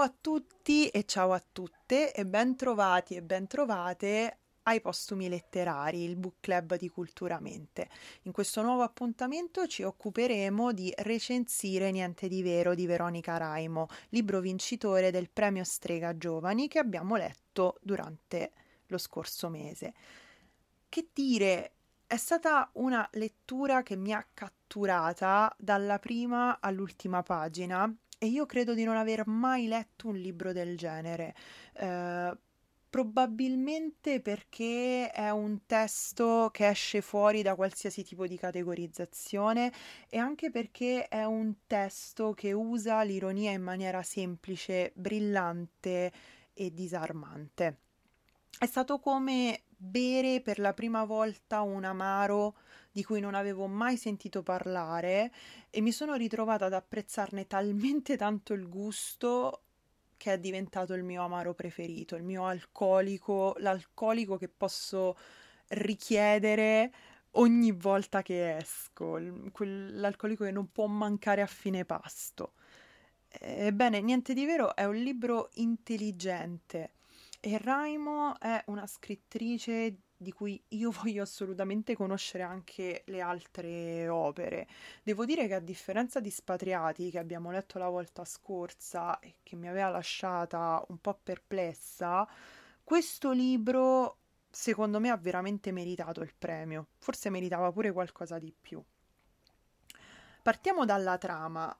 a tutti e ciao a tutte e ben trovati e ben trovate ai Postumi Letterari, il book club di Culturamente. In questo nuovo appuntamento ci occuperemo di recensire Niente di vero di Veronica Raimo, libro vincitore del premio Strega Giovani che abbiamo letto durante lo scorso mese. Che dire, è stata una lettura che mi ha catturata dalla prima all'ultima pagina e io credo di non aver mai letto un libro del genere. Eh, Probabilmente perché è un testo che esce fuori da qualsiasi tipo di categorizzazione e anche perché è un testo che usa l'ironia in maniera semplice, brillante e disarmante. È stato come bere per la prima volta un amaro di cui non avevo mai sentito parlare e mi sono ritrovata ad apprezzarne talmente tanto il gusto che è diventato il mio amaro preferito, il mio alcolico, l'alcolico che posso richiedere ogni volta che esco, quell'alcolico che non può mancare a fine pasto. Ebbene, Niente di vero è un libro intelligente e Raimo è una scrittrice di cui io voglio assolutamente conoscere anche le altre opere. Devo dire che a differenza di Spatriati, che abbiamo letto la volta scorsa e che mi aveva lasciata un po' perplessa, questo libro secondo me ha veramente meritato il premio. Forse meritava pure qualcosa di più. Partiamo dalla trama.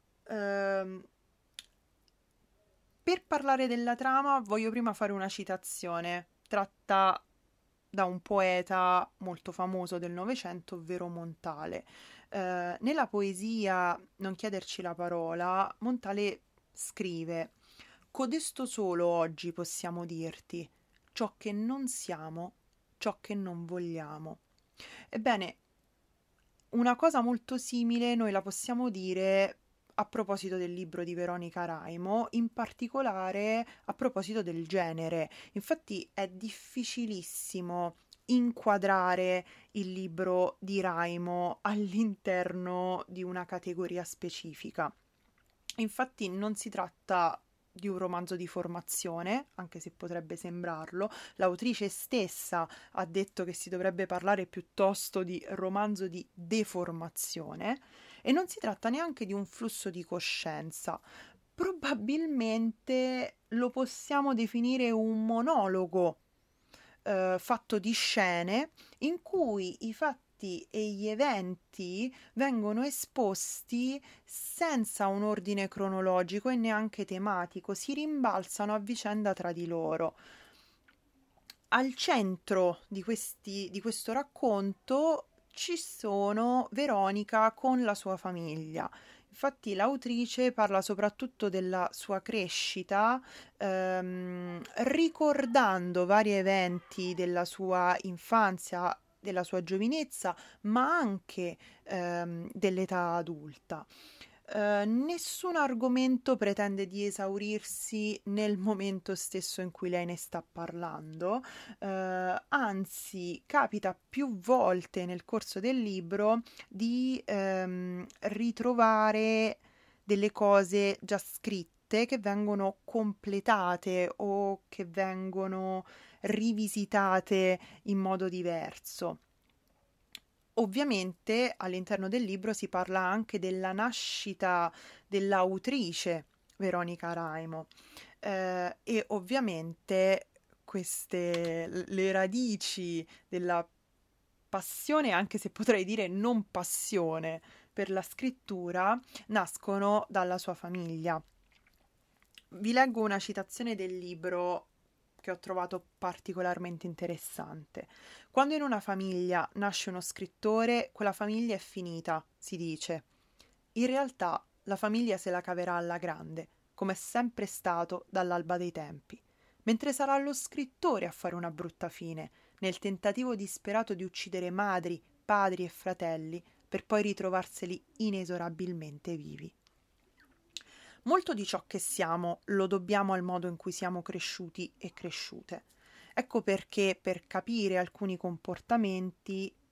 Per parlare della trama voglio prima fare una citazione tratta da un poeta molto famoso del Novecento, ovvero Montale. Nella poesia Non chiederci la parola, Montale scrive: Codesto solo oggi possiamo dirti, ciò che non siamo, ciò che non vogliamo. Ebbene, una cosa molto simile noi la possiamo dire a proposito del libro di Veronica Raimo, in particolare a proposito del genere. Infatti è difficilissimo inquadrare il libro di Raimo all'interno di una categoria specifica. Infatti non si tratta di un romanzo di formazione, anche se potrebbe sembrarlo. L'autrice stessa ha detto che si dovrebbe parlare piuttosto di romanzo di deformazione e non si tratta neanche di un flusso di coscienza. Probabilmente lo possiamo definire un monologo fatto di scene in cui i fatti e gli eventi vengono esposti senza un ordine cronologico e neanche tematico, si rimbalzano a vicenda tra di loro. Al centro di questo racconto ci sono Veronica con la sua famiglia. Infatti l'autrice parla soprattutto della sua crescita, ricordando vari eventi della sua infanzia, della sua giovinezza, ma anche dell'età adulta. Nessun argomento pretende di esaurirsi nel momento stesso in cui lei ne sta parlando, anzi capita più volte nel corso del libro di ritrovare delle cose già scritte che vengono completate o che vengono rivisitate in modo diverso. Ovviamente all'interno del libro si parla anche della nascita dell'autrice Veronica Raimo e ovviamente le radici della passione, anche se potrei dire non passione, per la scrittura nascono dalla sua famiglia. Vi leggo una citazione del libro che ho trovato particolarmente interessante. Quando in una famiglia nasce uno scrittore, quella famiglia è finita, si dice. In realtà la famiglia se la caverà alla grande, come è sempre stato dall'alba dei tempi, mentre sarà lo scrittore a fare una brutta fine, nel tentativo disperato di uccidere madri, padri e fratelli, per poi ritrovarseli inesorabilmente vivi. Molto di ciò che siamo lo dobbiamo al modo in cui siamo cresciuti e cresciute. Ecco perché per capire alcuni comportamenti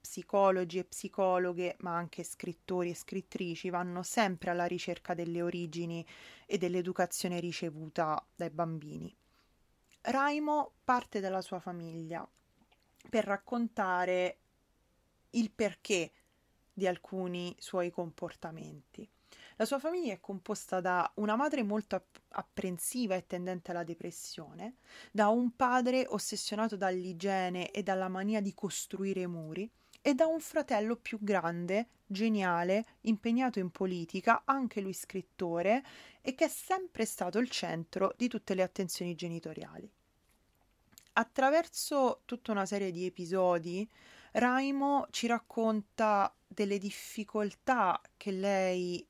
psicologi e psicologhe, ma anche scrittori e scrittrici, vanno sempre alla ricerca delle origini e dell'educazione ricevuta dai bambini. Raimo parte dalla sua famiglia per raccontare il perché di alcuni suoi comportamenti. La sua famiglia è composta da una madre molto apprensiva e tendente alla depressione, da un padre ossessionato dall'igiene e dalla mania di costruire muri, e da un fratello più grande, geniale, impegnato in politica, anche lui scrittore, e che è sempre stato il centro di tutte le attenzioni genitoriali. Attraverso tutta una serie di episodi, Raimo ci racconta delle difficoltà che lei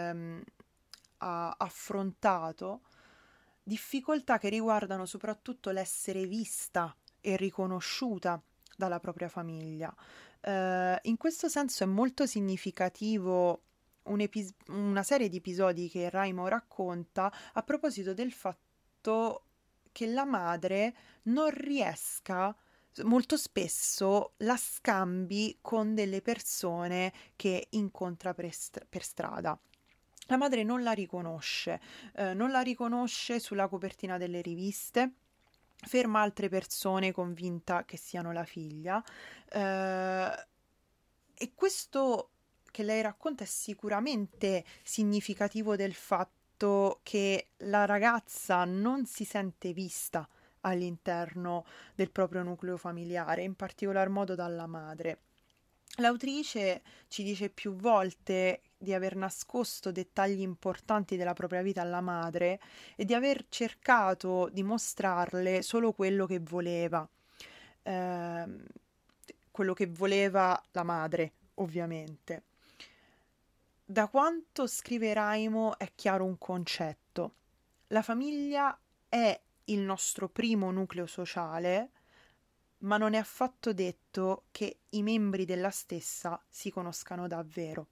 ha affrontato, difficoltà che riguardano soprattutto l'essere vista e riconosciuta dalla propria famiglia. In questo senso è molto significativo una serie di episodi che Raimo racconta a proposito del fatto che la madre non riesca, molto spesso la scambi con delle persone che incontra per strada. La madre non la riconosce, non la riconosce sulla copertina delle riviste, ferma altre persone convinta che siano la figlia, e questo che lei racconta è sicuramente significativo del fatto che la ragazza non si sente vista all'interno del proprio nucleo familiare, in particolar modo dalla madre. L'autrice ci dice più volte di aver nascosto dettagli importanti della propria vita alla madre e di aver cercato di mostrarle solo quello che voleva la madre, ovviamente. Da quanto scrive Raimo è chiaro un concetto: la famiglia è il nostro primo nucleo sociale, ma non è affatto detto che i membri della stessa si conoscano davvero.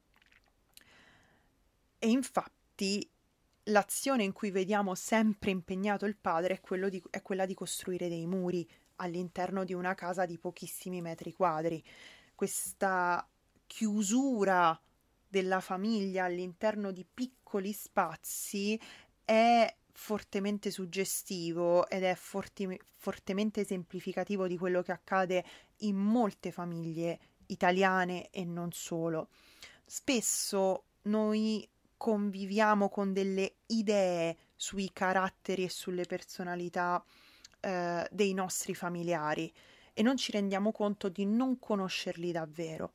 E infatti l'azione in cui vediamo sempre impegnato il padre è quella di costruire dei muri all'interno di una casa di pochissimi metri quadri. Questa chiusura della famiglia all'interno di piccoli spazi è fortemente suggestivo ed è fortemente esemplificativo di quello che accade in molte famiglie italiane e non solo. Spesso noi conviviamo con delle idee sui caratteri e sulle personalità dei nostri familiari e non ci rendiamo conto di non conoscerli davvero.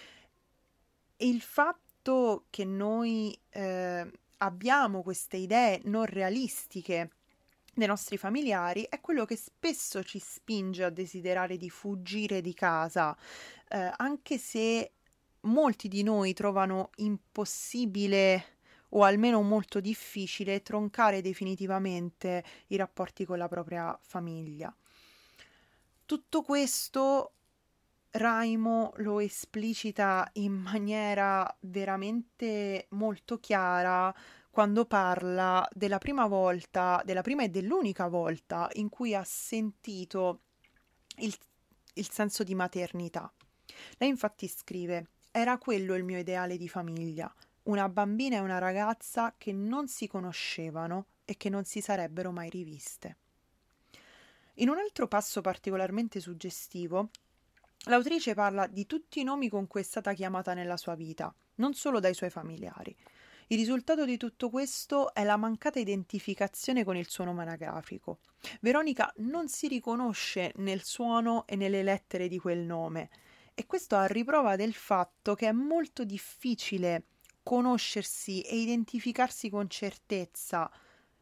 E il fatto che noi abbiamo queste idee non realistiche dei nostri familiari è quello che spesso ci spinge a desiderare di fuggire di casa, anche se molti di noi trovano impossibile o almeno molto difficile troncare definitivamente i rapporti con la propria famiglia. Tutto questo Raimo lo esplicita in maniera veramente molto chiara quando parla della prima e dell'unica volta in cui ha sentito il senso di maternità. Lei infatti scrive: era quello il mio ideale di famiglia, una bambina e una ragazza che non si conoscevano e che non si sarebbero mai riviste. In un altro passo particolarmente suggestivo, l'autrice parla di tutti i nomi con cui è stata chiamata nella sua vita, non solo dai suoi familiari. Il risultato di tutto questo è la mancata identificazione con il suo nome anagrafico. Veronica non si riconosce nel suono e nelle lettere di quel nome, e questo a riprova del fatto che è molto difficile conoscersi e identificarsi con certezza,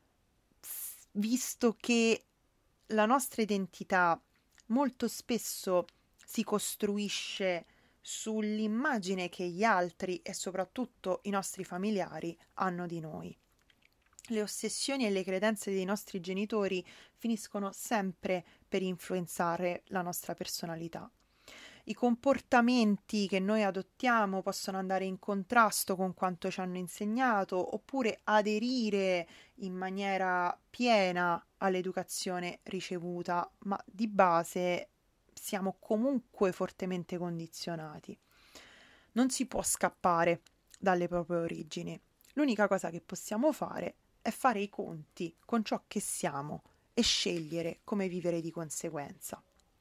visto che la nostra identità molto spesso si costruisce sull'immagine che gli altri e soprattutto i nostri familiari hanno di noi. Le ossessioni e le credenze dei nostri genitori finiscono sempre per influenzare la nostra personalità. I comportamenti che noi adottiamo possono andare in contrasto con quanto ci hanno insegnato oppure aderire in maniera piena all'educazione ricevuta, ma di base siamo comunque fortemente condizionati. Non si può scappare dalle proprie origini. L'unica cosa che possiamo fare è fare i conti con ciò che siamo e scegliere come vivere di conseguenza.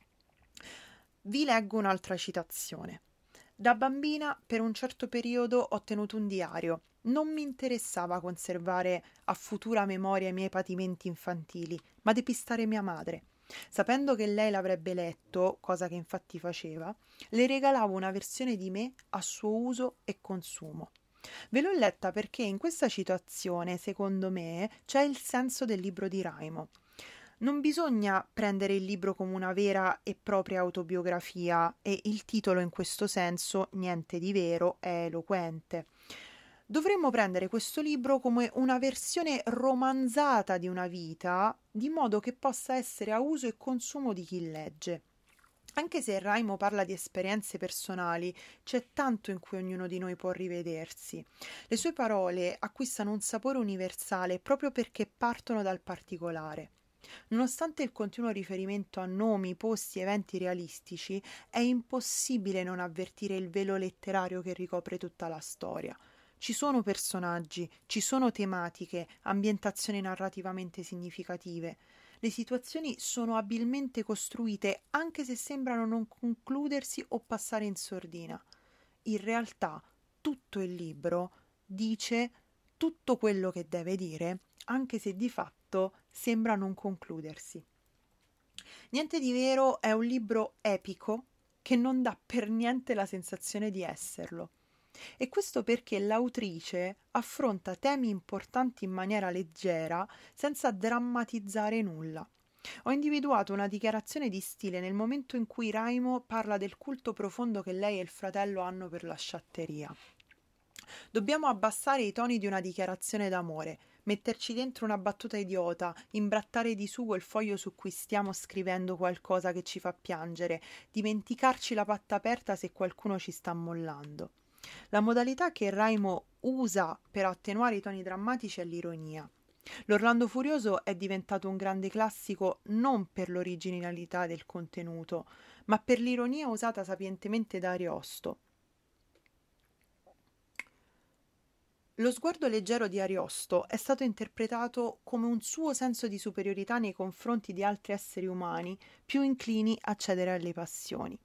Vi leggo un'altra citazione. Da bambina, per un certo periodo, ho tenuto un diario. Non mi interessava conservare a futura memoria i miei patimenti infantili, ma depistare mia madre. Sapendo che lei l'avrebbe letto, cosa che infatti faceva, le regalavo una versione di me a suo uso e consumo. Ve l'ho letta perché in questa citazione, secondo me, c'è il senso del libro di Raimo. Non bisogna prendere il libro come una vera e propria autobiografia e il titolo in questo senso, Niente di vero, è eloquente. Dovremmo prendere questo libro come una versione romanzata di una vita, di modo che possa essere a uso e consumo di chi legge. Anche se Raimo parla di esperienze personali, c'è tanto in cui ognuno di noi può rivedersi. Le sue parole acquistano un sapore universale proprio perché partono dal particolare. Nonostante il continuo riferimento a nomi, posti, eventi realistici, è impossibile non avvertire il velo letterario che ricopre tutta la storia. Ci sono personaggi, ci sono tematiche, ambientazioni narrativamente significative. Le situazioni sono abilmente costruite anche se sembrano non concludersi o passare in sordina. In realtà tutto il libro dice tutto quello che deve dire, anche se di fatto sembra non concludersi. Niente di vero è un libro epico che non dà per niente la sensazione di esserlo. E questo perché l'autrice affronta temi importanti in maniera leggera, senza drammatizzare nulla. Ho individuato una dichiarazione di stile nel momento in cui Raimo parla del culto profondo che lei e il fratello hanno per la sciatteria. Dobbiamo abbassare i toni di una dichiarazione d'amore, metterci dentro una battuta idiota, imbrattare di sugo il foglio su cui stiamo scrivendo qualcosa che ci fa piangere, dimenticarci la patta aperta se qualcuno ci sta mollando. La modalità che Raimo usa per attenuare i toni drammatici è l'ironia. L'Orlando Furioso è diventato un grande classico non per l'originalità del contenuto, ma per l'ironia usata sapientemente da Ariosto. Lo sguardo leggero di Ariosto è stato interpretato come un suo senso di superiorità nei confronti di altri esseri umani più inclini a cedere alle passioni.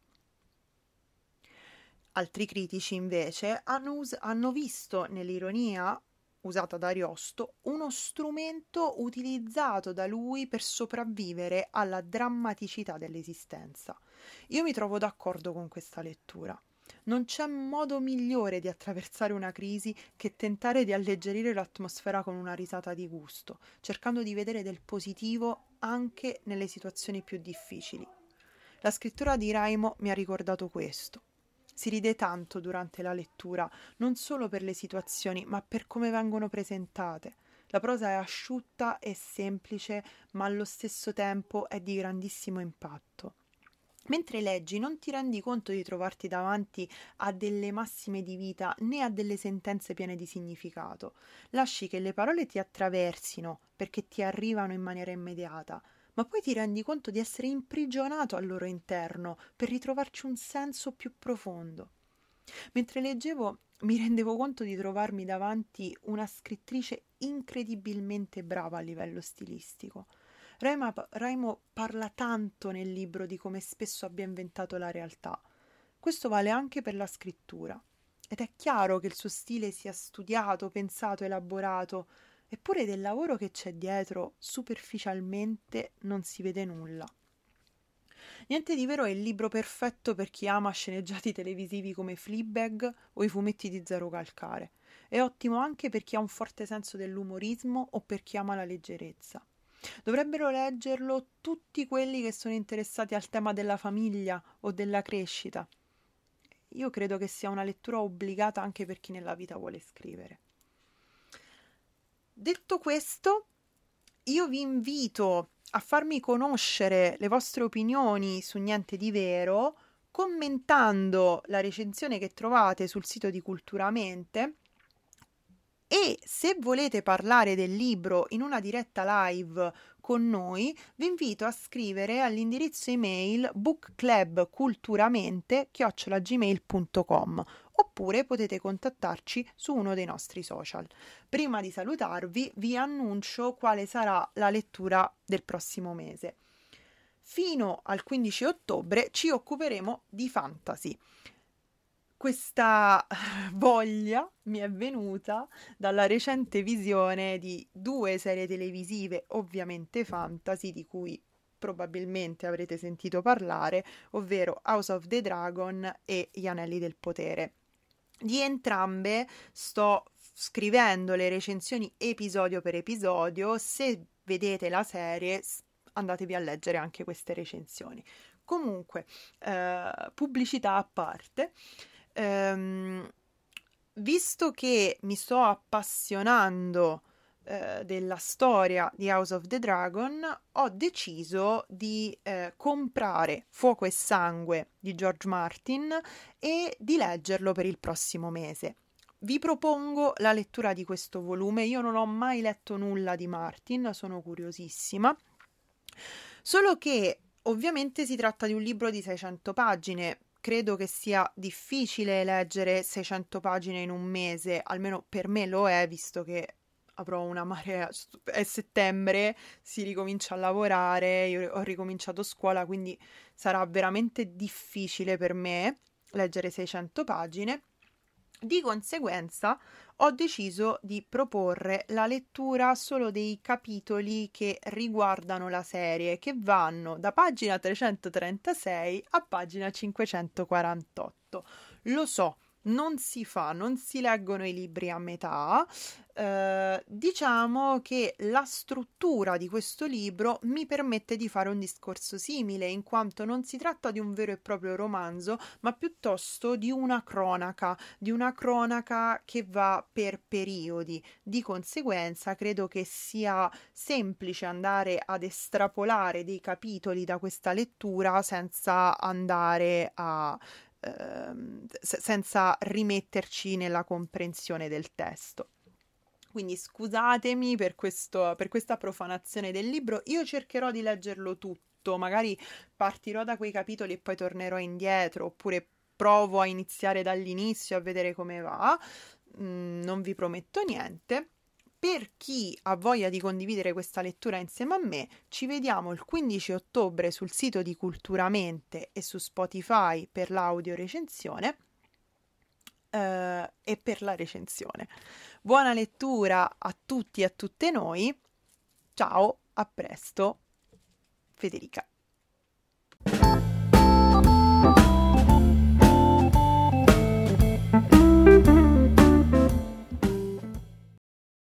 Altri critici, invece, hanno visto nell'ironia usata da Ariosto uno strumento utilizzato da lui per sopravvivere alla drammaticità dell'esistenza. Io mi trovo d'accordo con questa lettura. Non c'è modo migliore di attraversare una crisi che tentare di alleggerire l'atmosfera con una risata di gusto, cercando di vedere del positivo anche nelle situazioni più difficili. La scrittura di Raimo mi ha ricordato questo. Si ride tanto durante la lettura, non solo per le situazioni, ma per come vengono presentate. La prosa è asciutta e semplice, ma allo stesso tempo è di grandissimo impatto. Mentre leggi non ti rendi conto di trovarti davanti a delle massime di vita né a delle sentenze piene di significato. Lasci che le parole ti attraversino perché ti arrivano in maniera immediata, ma poi ti rendi conto di essere imprigionato al loro interno per ritrovarci un senso più profondo. Mentre leggevo mi rendevo conto di trovarmi davanti una scrittrice incredibilmente brava a livello stilistico. Raimo parla tanto nel libro di come spesso abbia inventato la realtà. Questo vale anche per la scrittura. Ed è chiaro che il suo stile sia studiato, pensato, elaborato, eppure del lavoro che c'è dietro superficialmente non si vede nulla. Niente di vero è il libro perfetto per chi ama sceneggiati televisivi come Fleabag o i fumetti di Zero Calcare. È ottimo anche per chi ha un forte senso dell'umorismo o per chi ama la leggerezza. Dovrebbero leggerlo tutti quelli che sono interessati al tema della famiglia o della crescita. Io credo che sia una lettura obbligata anche per chi nella vita vuole scrivere. Detto questo, io vi invito a farmi conoscere le vostre opinioni su Niente di Vero commentando la recensione che trovate sul sito di Culturamente, e se volete parlare del libro in una diretta live con noi, vi invito a scrivere all'indirizzo email bookclubculturamente@gmail.com oppure potete contattarci su uno dei nostri social. Prima di salutarvi, vi annuncio quale sarà la lettura del prossimo mese. Fino al 15 ottobre ci occuperemo di fantasy. Questa voglia mi è venuta dalla recente visione di 2 serie televisive, ovviamente fantasy, di cui probabilmente avrete sentito parlare, ovvero House of the Dragon e Gli Anelli del Potere. Di entrambe sto scrivendo le recensioni episodio per episodio. Se vedete la serie, andatevi a leggere anche queste recensioni. Comunque, pubblicità a parte. Visto che mi sto appassionando della storia di House of the Dragon, ho deciso di comprare Fuoco e Sangue di George Martin e di leggerlo per il prossimo mese. Vi propongo la lettura di questo volume. Io non ho mai letto nulla di Martin, sono curiosissima, solo che ovviamente si tratta di un libro di 600 pagine. Credo che sia difficile leggere 600 pagine in un mese, almeno per me lo è, visto che avrò una marea. È settembre, si ricomincia a lavorare, io ho ricominciato scuola, quindi sarà veramente difficile per me leggere 600 pagine. Di conseguenza ho deciso di proporre la lettura solo dei capitoli che riguardano la serie, che vanno da pagina 336 a pagina 548. Lo so, non si leggono i libri a metà. Diciamo che la struttura di questo libro mi permette di fare un discorso simile, in quanto non si tratta di un vero e proprio romanzo, ma piuttosto di una cronaca che va per periodi. Di conseguenza credo che sia semplice andare ad estrapolare dei capitoli da questa lettura senza andare senza rimetterci nella comprensione del testo. Quindi scusatemi per questa profanazione del libro. Io cercherò di leggerlo tutto, magari partirò da quei capitoli e poi tornerò indietro, oppure provo a iniziare dall'inizio a vedere come va. Non vi prometto niente. Per chi ha voglia di condividere questa lettura insieme a me, ci vediamo il 15 ottobre sul sito di Culturamente e su Spotify per l'audio recensione e per la recensione. Buona lettura a tutti e a tutte noi. Ciao, a presto. Federica.